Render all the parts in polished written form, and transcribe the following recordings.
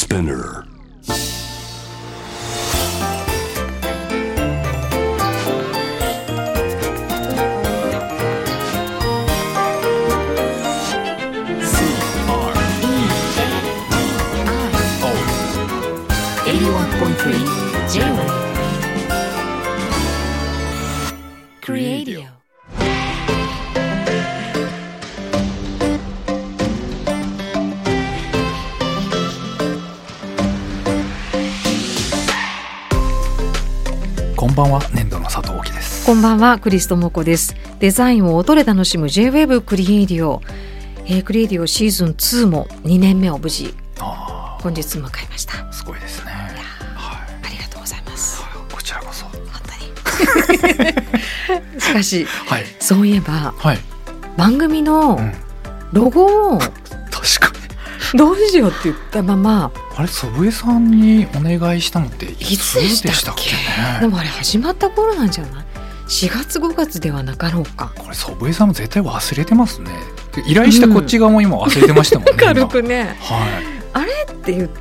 Spinner. Creadio。 こんばんは、年度の佐藤貴です。 こんばんは、クリストモコです。デザインを音で楽しむ J-Wave クリエイディオ、クリエイディオシーズン2も2年目を無事本日迎えました。 すごいですね。 はい、ありがとうございます。 こちらこそ本当にしかし、はい、そういえば、はい、番組のロゴを、確かにどうしようって言ったまま、 あれ祖父江さんにお願いしたのっていつでしたっけね。 でもあれ始まった頃なんじゃない？4月5月ではなかろうか。 これ祖父江さんも絶対忘れてますね。依頼したこっち側も今忘れてましたもんね、 軽くね、 はい、 あれって言って、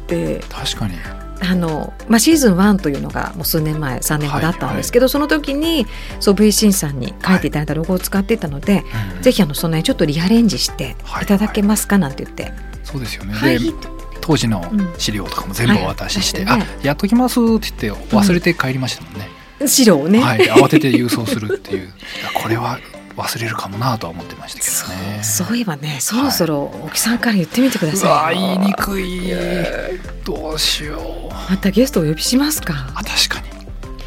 確かにシーズン1というのがもう数年前3年ほどあったんですけど、はいはい、その時に祖父江慎さんに書いていただいたロゴを使っていたので、はい、ぜひその辺ちょっとリアレンジしていただけますかなんて言って、はいはい、 そうですよね、はい、で当時の資料とかも全部お渡しして、はい、やっときますって言って忘れて帰りましたもんね、 資料をね、 はい、慌てて郵送するっていうこれは忘れるかもなとは思ってましたけどね。 そういえばね、そろそろ沖さんから言ってみてください。 言いにくい、どうしよう。 またゲストをお呼びしますか。 確かに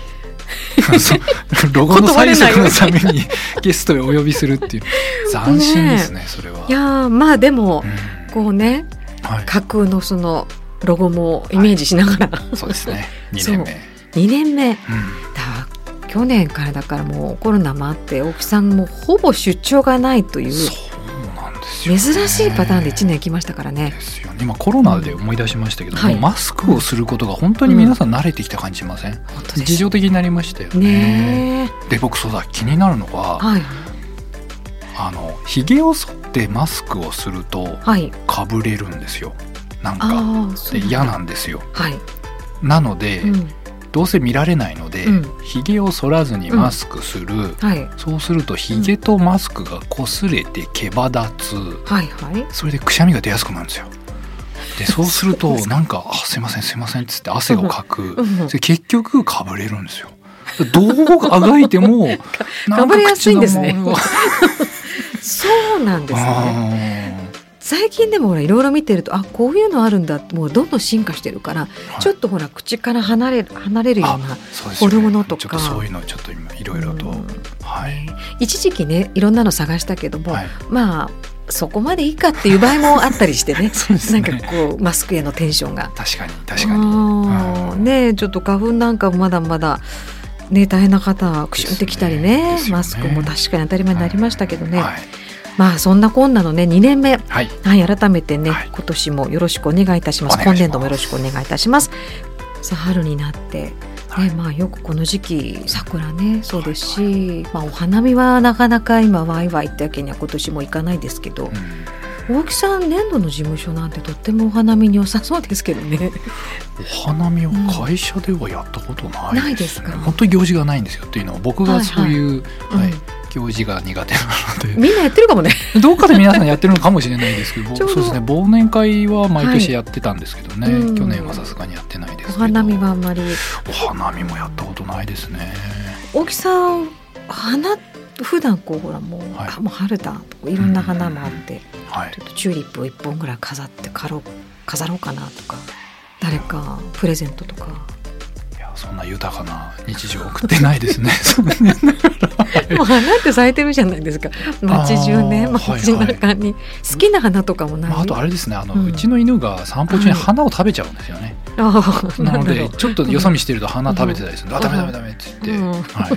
ロゴの催促のためにゲストをお呼びするっていう斬新ですね、それは。 いやまあでも、こうね、はい、架空のそのロゴもイメージしながら、はい、 そうですね、2年目 2年目、だ去年からだからもうコロナもあって大木さんもほぼ出張がないという、 そうなんですよね、 珍しいパターンで1年来ましたからね。 ですよね。今コロナで思い出しましたけど、もうマスクをすることが本当に皆さん慣れてきた感じしません？日常的になりましたよ ね。で僕そうだ、気になるのは、はい、ひげを剃ってマスクをするとかぶれるんですよ、なんかで嫌なんですよ、はい、なので、どうせ見られないので、ひげを剃らずにマスクする、はい、そうするとひげとマスクが擦れて毛羽立つ、はいはい、それでくしゃみが出やすくなるんですよ。でそうするとなんかすいませんすいませんっつって汗をかく、結局かぶれるんですよ。どうあがいてもかぶれやすいんですねそうなんですね。最近でもほらいろいろ見てると、こういうのあるんだって、もうどんどん進化してるから、はい、ちょっとほら口から離れるようなフォルムのとか、 ちょっとそういうのちょっと今いろいろと、はい、 一時期ねいろんなの探したけども、はい、まあそこまでいいかっていう場合もあったりしてねそうですね、 なんかこうマスクへのテンションが確かに、 ね、ちょっと花粉なんかまだまだね、大変な方はくしゅんってきたり ね、マスクも確かに当たり前になりましたけどね、はい、まあそんなこんなのね2年目、はいはい、改めてね、はい、今年もよろしくお願いいたします。今年度もよろしくお願いいたします。さあ春になって、はい、まあ、よくこの時期桜ねそうですし、はいはい、まあ、お花見はなかなか今ワイワイってわけには今年もいかないですけど、大木さん年度の事務所なんてとってもお花見に良さそうですけどね。 お花見を会社ではやったことないですね、ないですか。本当に行事がないんですよ。というのは僕がそういう、はいはい、行事が苦手なので、 みんなやってるかもねどっかで皆さんやってるのかもしれないですけどそうですね、忘年会は毎年やってたんですけどね、はい、去年はさすがにやってないですけど、 お花見はあんまり。 お花見もやったことないですね。 大木さん花普段こうほらもう、はい、もう春だといろんな花もあって、はい、ちょっとチューリップを1本ぐらい飾ろうかなとか、誰かプレゼントとか。 いやそんな豊かな日常送ってないですねもう花って咲いてるじゃないですか、街中ね、街中に好きな花とかもない、 あとあれですね、うちの犬が散歩中に花を食べちゃうんですよね、はい、なのでちょっとよそ見してると花食べてたりすると、ダメって言って、はい、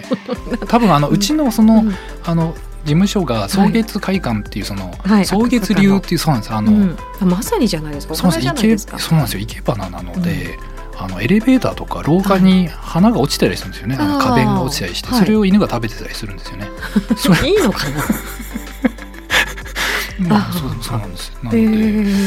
多分うちのその、事務所が草月会館っていうその、はい、草月流っていう、そうなんですまさにじゃないですか。 そうなんですよ、生け花なので、エレベーターとか廊下に花が落ちたりするんですよね、花弁が落ちたりして、それを犬が食べてたりするんですよね、 はい、いいのかなまあ、そうなんです。なので、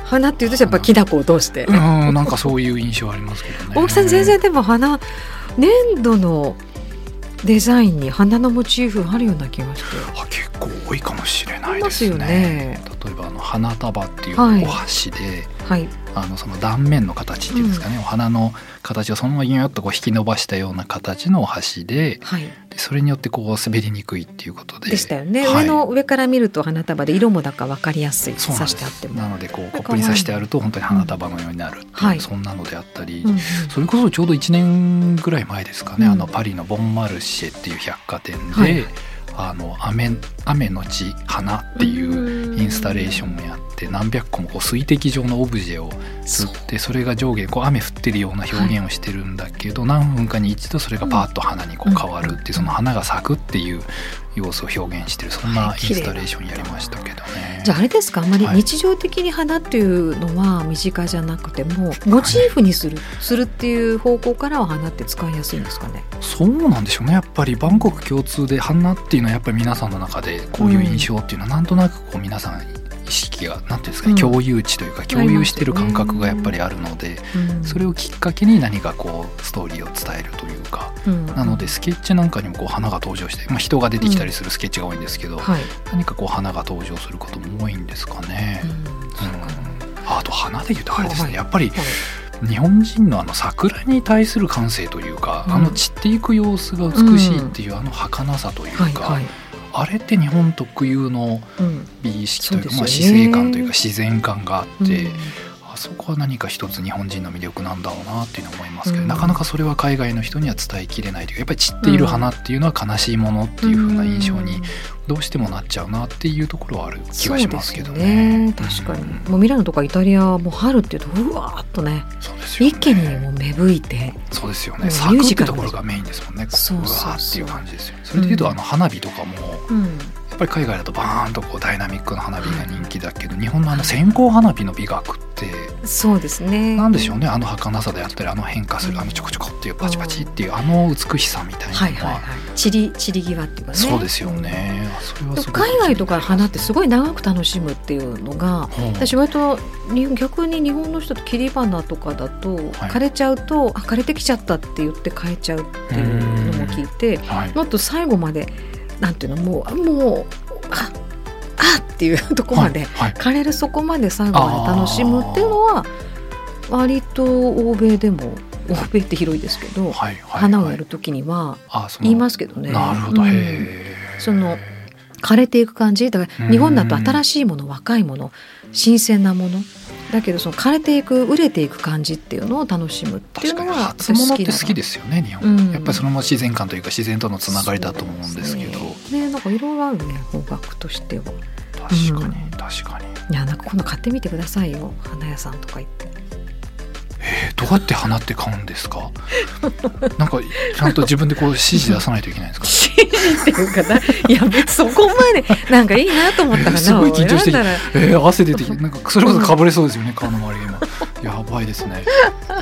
花っていうとやっぱきな粉を通して、 なんかそういう印象ありますけどね。 大木さん全然でも粘土のデザインに花のモチーフあるような気がして、 結構多いかもしれないですね。例えば花束っていうお箸で、その断面の形っていうんですかね、お花の形をそのままギュッと引き伸ばしたような形のお箸で、でそれによって滑りにくいっていうことでしたよね。上から見ると花束で色もだから分かりやすい、刺してあっても。 なのでコップに刺してあると本当に花束のようになるっていう、そんなのであったり、それこそちょうど1年ぐらい前ですかね、パリのボンマルシェっていう百貨店で、雨のち花っていうインスタレーションをやって、何百個も水滴状のオブジェを釣って、それが上下雨降ってるような表現をしてるんだけど、何分かに一度それがパーッと花に変わるっていう、その花が咲くっていう様子を表現してる、そんなインスタレーションやりましたけどね。 じゃああれですか、あんまり日常的に花っていうのは身近じゃなくても、モチーフにするっていう方向からは花って使いやすいんですかね。 そうなんでしょうね。やっぱり万国共通で花っていうのはやっぱり皆さんの中でこういう印象っていうのはなんとなく皆さん意識がなんていうんですかね、共有値というか共有してる感覚がやっぱりあるので、それをきっかけに何かストーリーを伝えるというか、なのでスケッチなんかにも花が登場して、人が出てきたりするスケッチが多いんですけど、何か花が登場することも多いんですかね。あと花でいうとあれですね、やっぱり日本人の桜に対する感性というか、散っていく様子が美しいっていう儚さというか、あれって日本特有の美意識というか、死生観というか自然感があって、あそこは何か一つ日本人の魅力なんだろうなっていうのを思いますけど、なかなかそれは海外の人には伝えきれないというか、やっぱり散っている花っていうのは悲しいものっていう風な印象にどうしてもなっちゃうなっていうところはある気がしますけどね。 確かに、もうミラノとかイタリアも春っていうとうわーっとね、一気にもう芽吹いて、 そうですよね、咲くってところがメインですもんね。うわーっていう感じですよね。それでいうと花火とかも、やっぱり海外だとバーンとダイナミックな花火が人気だけど、日本の線香花火の美学ってそうですね、 なんでしょうね、儚さであったり変化するちょこちょこっていうパチパチっていう美しさみたいなのは、 散り際っていうかね。 そうですよね。それはすごい海外とか花ってすごい長く楽しむっていうのが、私割と逆に日本の人と切り花とかだと、枯れちゃうと枯れてきちゃったって言って変えちゃうっていうのも聞いて、もっと最後までなんていうの、もうっていうところまで、枯れるそこまで最後まで楽しむっていうのは割と欧米でも、欧米って広いですけど、花をやるときには言いますけどね。 なるほど、 その枯れていく感じだから、日本だと新しいもの、若いもの、新鮮なものだけど、その枯れていく、熟れていく感じっていうのを楽しむっていうのは初物って好きですよね、日本。やっぱりそれも自然感というか自然とのつながりだと思うんですけどね。なんかいろいろあるね、方角としては。 確かに確かに。 いや、なんか今度買ってみてくださいよ、花屋さんとか行って。 どうやって花って買うんですか？なんかちゃんと自分で指示出さないといけないんですか？ 指示っていうかな、いや別にそこまでなんかいいなと思ったらすごい緊張してきて、汗出てきて、なんかそれこそかぶれそうですよね、顔の周りが今。やばいですね。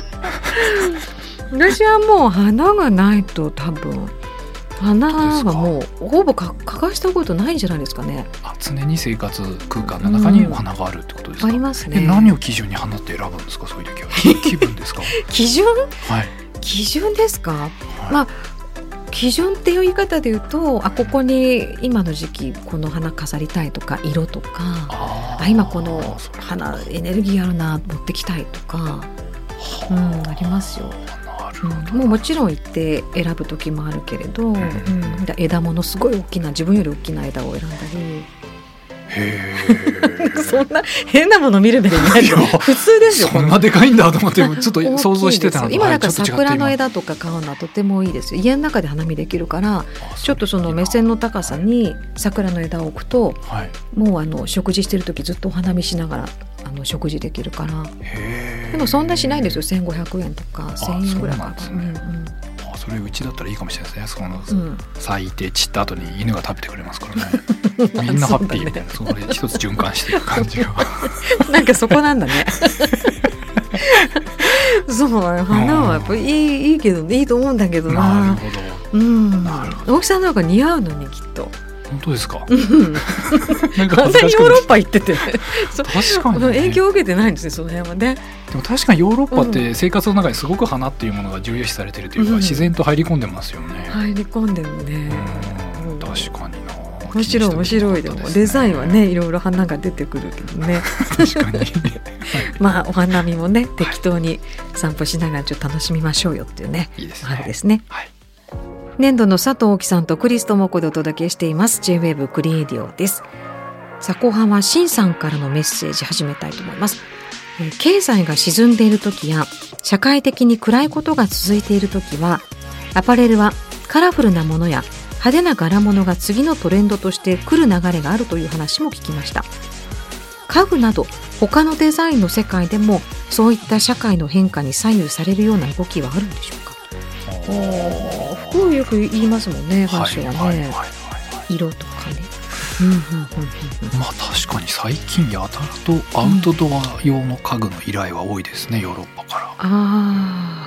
私はもう花がないと多分花がもうほぼ欠かしたことないんじゃないですかね。 常に生活空間の中にお花があるってことですか？ ありますね。 何を基準に花って選ぶんですか？そういう時は気分ですか？ 基準、基準ですか？基準っていう言い方で言うと、ここに今の時期この花飾りたいとか、色とか、今この花エネルギーあるな、持ってきたいとか、ありますよ。もちろん行って選ぶ時もあるけれど、枝物すごい大きな、自分より大きな枝を選んだり。そんな変なもの見る目で見ないと普通ですよ。 そんなでかいんだと思って、ちょっと想像してたの。 今だから桜の枝とか買うのはとてもいいですよ。家の中で花見できるから、ちょっとその目線の高さに桜の枝を置くと、もう食事してる時ずっとお花見しながら食事できるから。でもそんなしないですよ。1500円とか1000円ぐらいかな。 それうちだったらいいかもしれないですね。その咲いて散った後に犬が食べてくれますからね。みんなハッピーみたいな、それ一つ循環していく感じがなんかそこなんだね。そう、花はやっぱりいいけど、いいと思うんだけどな。 なるほど。 大木さんなんか似合うのにきっと。 本当ですか。 なんか完全にヨーロッパ行ってて確かに、ね、 影響を受けてないんですね、その辺はね。 でも確かにヨーロッパって生活の中にすごく花っていうものが重要視されてるというか、自然と入り込んでますよね。 入り込んでるね。 確かにな。 面白い。でもデザインはね、いろいろ花が出てくるけどね。 確かにまあお花見もね、適当に散歩しながらちょっと楽しみましょうよっていうね。 いいですね。 はいですね。 はい。 年度の佐藤大樹さんとクリストモコでお届けしています J-WAVE クリエイディオです。さあ後半はシンさんからのメッセージ始めたいと思います。経済が沈んでいる時や社会的に暗いことが続いている時は、アパレルはカラフルなものや派手な柄物が次のトレンドとして来る流れがあるという話も聞きました。家具など他のデザインの世界でもそういった社会の変化に左右されるような動きはあるんでしょうか。服よく言いますもんね、ファッションはね、色とかね。 まあ確かに最近やたらとアウトドア用の家具の依頼は多いですね、ヨーロッパから。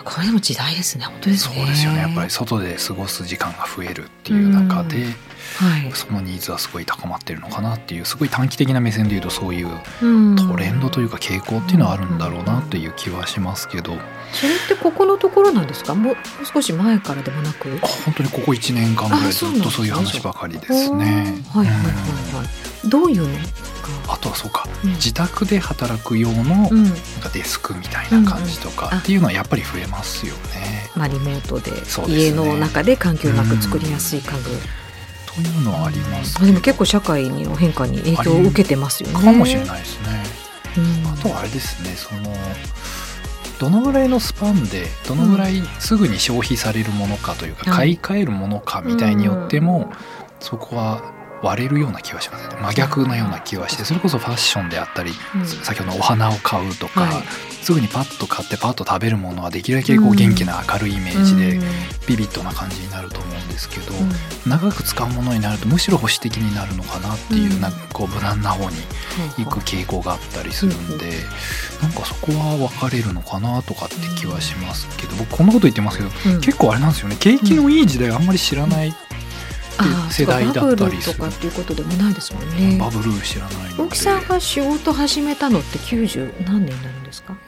これでも時代ですね。本当ですね。 そうですよね。やっぱり外で過ごす時間が増えるっていう中で、そのニーズはすごい高まってるのかなっていう、すごい短期的な目線でいうとそういうトレンドというか傾向っていうのはあるんだろうなという気はしますけど。 それってここのところなんですか。もう少し前からでもなく。 本当にここ1年間ぐらいずっとそういう話ばかりですね。 どういうのか。 あとはそうか、自宅で働く用のなんかデスクみたいな感じとかっていうのはやっぱり増えますよね。 リモートで家の中で環境うまく作りやすい家具というのはあります。 でも結構社会の変化に影響を受けてますよね。 かもしれないですね。あとはあれですね、どのぐらいのスパンでどのぐらいすぐに消費されるものかというか、買い替えるものかみたいによっても、そこは割れるような気はしますね。真逆のような気はして、それこそファッションであったり、先ほどのお花を買うとか、すぐにパッと買ってパッと食べるものはできるだけこう元気な明るいイメージでビビッドな感じになると思うんですけど、長く使うものになるとむしろ保守的になるのかなっていう、なんかこう無難な方に行く傾向があったりするんで、なんかそこは分かれるのかなとかって気はしますけど、僕こんなこと言ってますけど、結構あれなんですよね、景気のいい時代あんまり知らない世代だったりする。バブルとかっていうことでもないですもんね。バブル知らないので。大木さんが仕事始めたのって90何年になるんですか。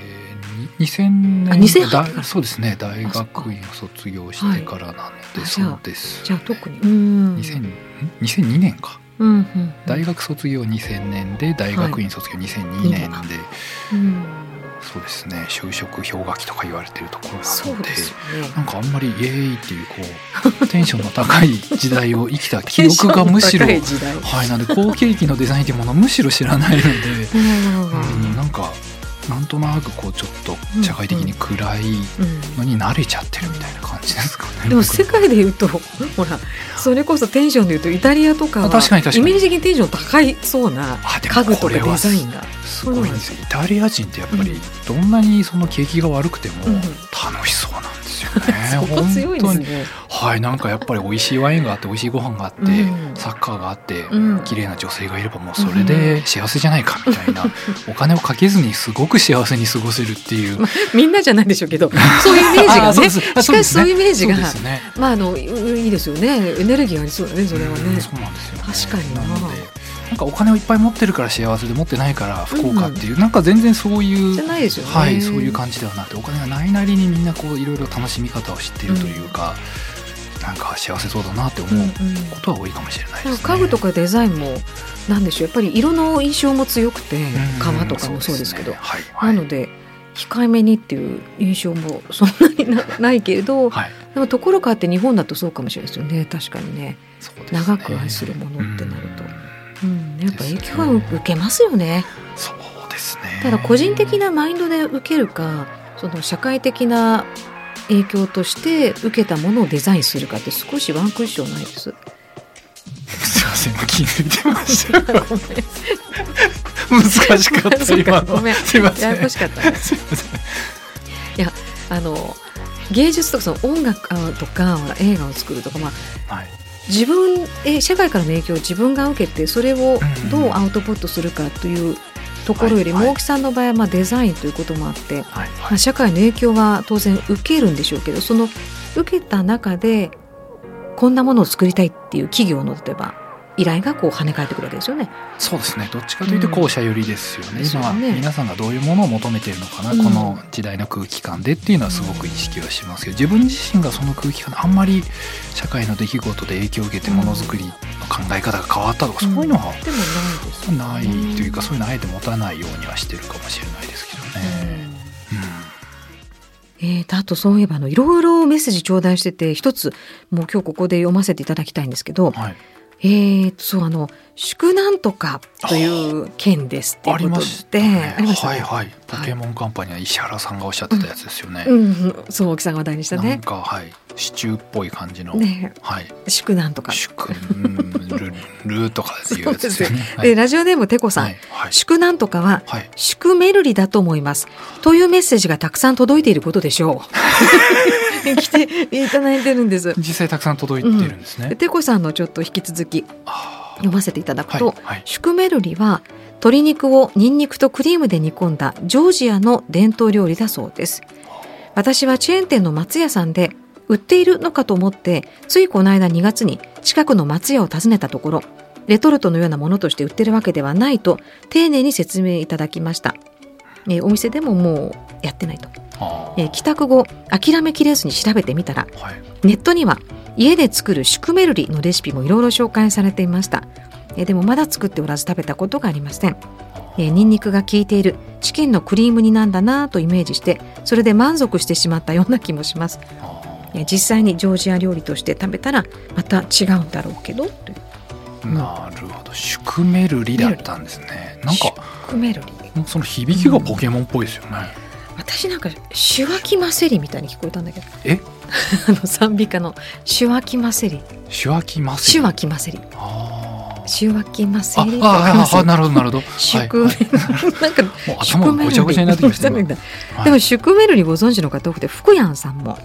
2000年。そうですね、大学院を卒業してからなので。そうです。 じゃあ特に 2002年か。大学卒業2000年で大学院卒業2002年で、そうですね、就職氷河期とか言われてるところなので、なんかあんまりイエーイっていうこうテンションの高い時代を生きた記憶がむしろなので好景気のデザインというものをむしろ知らないので、なんかなんとなくこうちょっと社会的に暗いのに慣れちゃってるみたいな感じですかね。 でも世界でいうとほら、それこそテンションでいうとイタリアとかはイメージ的にテンション高いそうな家具とかデザインがすごいんですよ。イタリア人ってやっぱりどんなにその景気が悪くても楽しそうなんですよね。 そこ強いですね。 なんかやっぱり美味しいワインがあって美味しいご飯があって、サッカーがあって綺麗な女性がいればもうそれで幸せじゃないかみたいな、お金をかけずにすごく幸せに過ごせるっていう、 みんなじゃないでしょうけど、そういうイメージがね。しかしそういうイメージがいいですよね。エネルギーありそうだね、それはね。 そうなんですよね。 確かになんかお金をいっぱい持ってるから幸せで持ってないから不幸かっていう、なんか全然そういうじゃないですよね。 そういう感じではなくて、お金がないなりにみんなこういろいろ楽しみ方を知っているというか、なんか幸せそうだなって思うことは多いかもしれないですね。 家具とかデザインもなんでしょう、やっぱり色の印象も強くて、革とかもそうですけど、なので控えめにっていう印象もそんなにないけれど、でもところ変わって日本だとそうかもしれないですよね。確かにね、長く愛するものってなると、やっぱ影響は受けますよね。 そうですね。 ただ個人的なマインドで受けるか、その社会的な影響として受けたものをデザインするかって少しワンクッションないです。 すいません、今気抜いてました。ごめん、難しかった今の。 ごめん、 すいません、 ややこしかった。すいません。いや、芸術とかその音楽とか映画を作るとか、自分社会からの影響を自分が受けて、それをどうアウトプットするかというところよりも、大木さんの場合はデザインということもあって、社会の影響は当然受けるんでしょうけど、その受けた中でこんなものを作りたいっていう企業の例えば依頼がこう跳ね返ってくるわけですよね。 そうですね、どっちかというと後者寄りですよね、今は皆さんがどういうものを求めているのかな、この時代の空気感でっていうのはすごく意識はしますけど、自分自身がその空気感あんまり社会の出来事で影響を受けてものづくりの考え方が変わったとか、そういうのはないというか、そういうのあえて持たないようにはしてるかもしれないですけどね。 あとそういえばいろいろメッセージ頂戴してて、一つもう今日ここで読ませていただきたいんですけど、はい、そう祝なんとかという件ですっていうことで、ありましたね。 はいはい、ポケモンカンパニーは石原さんがおっしゃってたやつですよね。 そう、大木さんが話題にしたね。 なんか、はい、シチューっぽい感じの、 ね、 はい、 祝なんとかルとかっていうやつですよね。 でラジオネームてこさん、祝なんとかは、祝メルリだと思いますというメッセージがたくさん届いていることでしょう。来ていただいてるんです。 実際たくさん届いているんですね。 てこさんのちょっと引き続き読ませていただくと、祝メルリは鶏肉をニンニクとクリームで煮込んだジョージアの伝統料理だそうです。私はチェーン店の松屋さんで売っているのかと思って、ついこの間2月に近くの松屋を訪ねたところ、レトルトのようなものとして売ってるわけではないと丁寧に説明いただきました。お店でももうやってないと。帰宅後諦めきれずに調べてみたら、ネットには家で作る祝メルリのレシピもいろいろ紹介されていました。でもまだ作っておらず食べたことがありません。ニンニクが効いているチキンのクリーム煮なんだなとイメージして、それで満足してしまったような気もします。実際にジョージア料理として食べたらまた違うんだろうけどという。 なるほど、祝メルリだったんですね。なんか祝メルリ、 その響きがポケモンっぽいですよね。 私なんかシュワキマセリみたいに聞こえたんだけど、賛美歌のシュワキマセリ、 シュワキマセリ、 シュワキマセリ、シュワキマセリ、 なるほどなるほど、 祝メルリ、なんかもう頭がごちゃごちゃになってきましたね。 でも祝メルリご存知の方多くて、福やんさんも、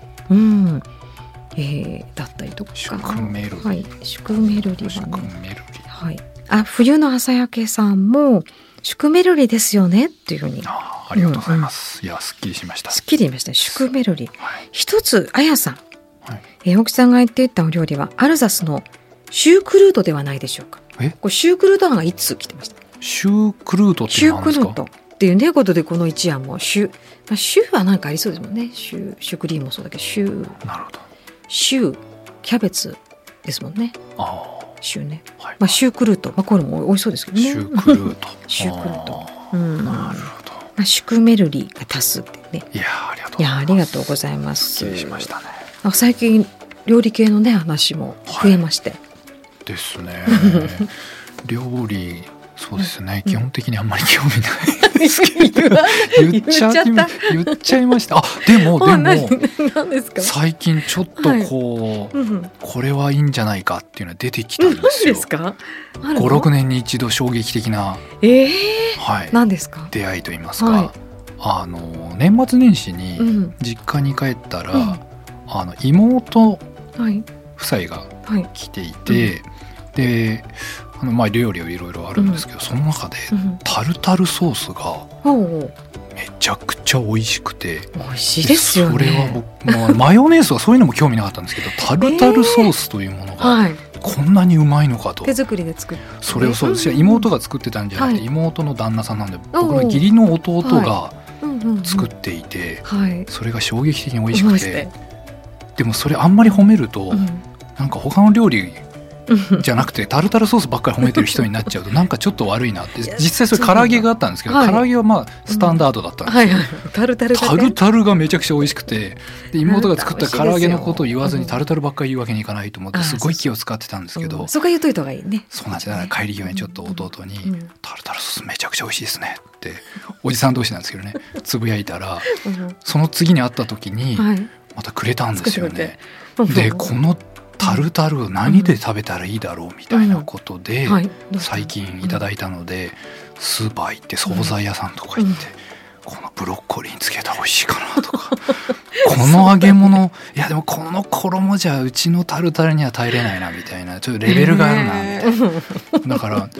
だったりとか、 祝メルリ、 はい、祝メルリはね、はい、冬の朝焼けさんも祝メルリですよねっていうふうに。 ありがとうございます。いや、すっきりしました。 すっきりしました。祝メルリ、一つ、あやさん、大木さんが言っていたお料理はアルザスのシュークルートではないでしょうか。これシュークルート案が1通来てました。 シュークルートって何ですか。 シュークルートっていうねことで、この1案もシューはなんかありそうですもんね。シュークリームもそうだけど、シュー、 なるほど、 シューキャベツですもんね。シューね、シュークルート、これも美味しそうですけどね。 シュークルートシュークルート、 なるほど。 祝メルリが足すってね。 いや、 ありがとうございます。 すっきりしましたね。 最近料理系のね話も増えまして、 ですね。料理、そうですね、基本的にあんまり興味ないですけど言っちゃいました。でも何ですか。最近ちょっとこう、これはいいんじゃないかっていうのが出てきたんですよ。 何ですか。 5、6年に一度衝撃的な、 何ですか、 出会いといいますか、年末年始に実家に帰ったら、妹夫妻が来ていて、で料理はいろいろあるんですけど、その中でタルタルソースがめちゃくちゃ美味しくて、 美味しいですよね。 それは僕、マヨネーズはそういうのも興味なかったんですけど、タルタルソースというものがこんなにうまいのかと。 手作りで作って、 それをそうです。妹が作ってたんじゃなくて、妹の旦那さんなんで、僕の義理の弟が作っていて、それが衝撃的に美味しくて、でもそれあんまり褒めると、なんか他の料理じゃなくてタルタルソースばっかり褒めてる人になっちゃうとなんかちょっと悪いなって。実際それ唐揚げがあったんですけど、唐揚げはスタンダードだったんですよ。 タルタルがめちゃくちゃ美味しくて、で妹が作った唐揚げのことを言わずにタルタルばっかり言うわけにいかないと思ってすごい気を使ってたんですけど、 そこは言っといた方がいいね。 そうなんですよ。帰り際にちょっと弟にタルタルソースめちゃくちゃ美味しいですねっておじさん同士なんですけどねつぶやいたら、その次に会った時にまたくれたんですよね。でこのタルタルを何で食べたらいいだろうみたいなことで最近いただいたので、スーパー行って惣菜屋さんとか行って、このブロッコリーにつけたら美味しいかなとかこの揚げ物、いやでもこの衣じゃうちのタルタルには耐えれないなみたいな、ちょっとレベルがあるなみたいな、だから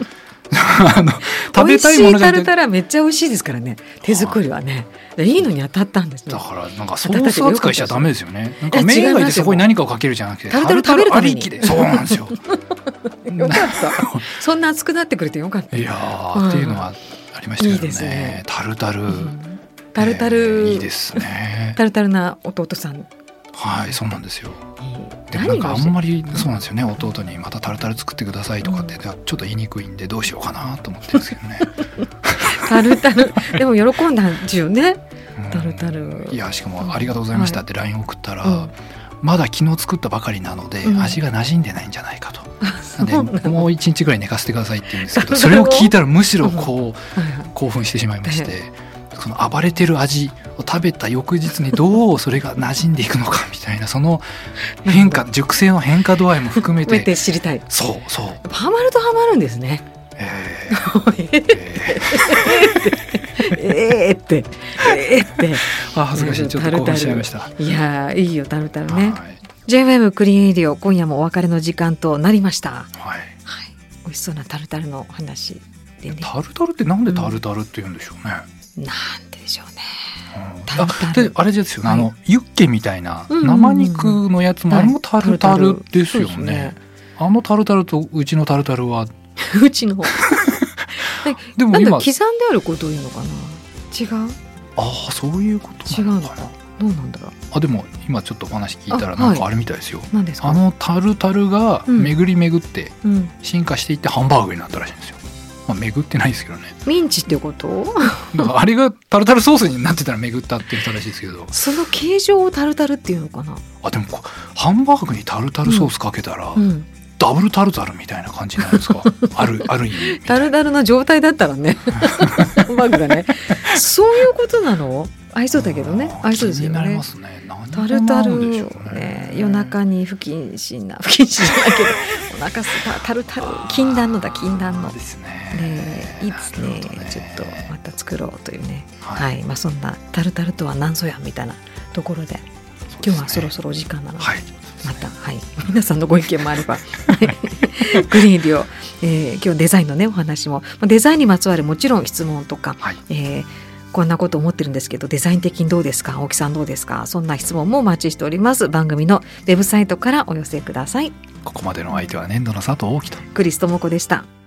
食べたいものが美味しいタルタルはめっちゃ美味しいですからね、手作りはね。いいのに当たったんですね。 だからなんかソース扱いしちゃダメですよね。なんか麺がいてそこに何かをかけるじゃなくて、 タルタル食べるために。 そうなんですよ。 よかった。そんな熱くなってくれてよかった。 いやっていうのはありましたけどね。いいですね。タルタル、 タルタル、 いいですね。 タルタルな弟さん。 はい、そうなんですよ。でもなんかあんまりそうなんですよね、弟にまたタルタル作ってくださいとかってちょっと言いにくいんでどうしようかなと思ってるんですけどね。 タルタルでも喜んだんですよね、タルタル。 いやしかもありがとうございましたって LINE 送ったら、まだ昨日作ったばかりなので味が馴染んでないんじゃないかと、なんでもう1日ぐらい寝かせてくださいって言うんですけど、それを聞いたらむしろこう興奮してしまいまして、その暴れてる味を食べた翌日にどうそれが馴染んでいくのかみたいな、その変化、熟成の変化度合いも含めて知りたい。 そうそう、 ハマるとハマるんですね。って恥ずかしい、ちょっと興奮しちゃいました。 いやいいよタルタルね。J-WAVE クリーンエディオ、今夜もお別れの時間となりました。はい、美味しそうなタルタルの話でね。 タルタルってなんでタルタルって言うんでしょうね。 なんでしょうね。 であれですよね、ユッケみたいな生肉のやつもあれもタルタルですよね。あのタルタルとうちのタルタルはうちのでも今刻んであることを言うのかな。違う。 ああ、そういうことなのかな。どうなんだろう。 あ、でも今ちょっとお話聞いたらなんかあれみたいですよ。 何ですか。 あのタルタルが巡り巡って進化していってハンバーグになったらしいんですよ。まあ、巡ってないですけどね。 ミンチってことだからあれがタルタルソースになってたら巡ったって言ったらしいですけど、 その形状をタルタルっていうのかな。 あ、でもハンバーグにタルタルソースかけたら、ダブルタルタルみたいな感じなんですか。ある意味タルタルの状態だったらねハンバーグがねそういうことなの。合いそうだけどね。合いそうですよね。 気になりますね。 タルタルね、夜中に不謹慎じゃないけどお腹すいたタルタル、禁断の禁断のですね。 いいですね。ちょっとまた作ろうというね。はい、まあそんなタルタルとは何ぞやみたいなところで今日はそろそろお時間なので、また皆さんのご意見もあればグリーンディオ、今日デザインのねお話も、デザインにまつわるもちろん質問とか、こんなこと思ってるんですけどデザイン的にどうですか、青木さんどうですか、そんな質問もお待ちしております。番組のウェブサイトからお寄せください。 ここまでの相手は年度の佐藤大樹とクリス智子でした。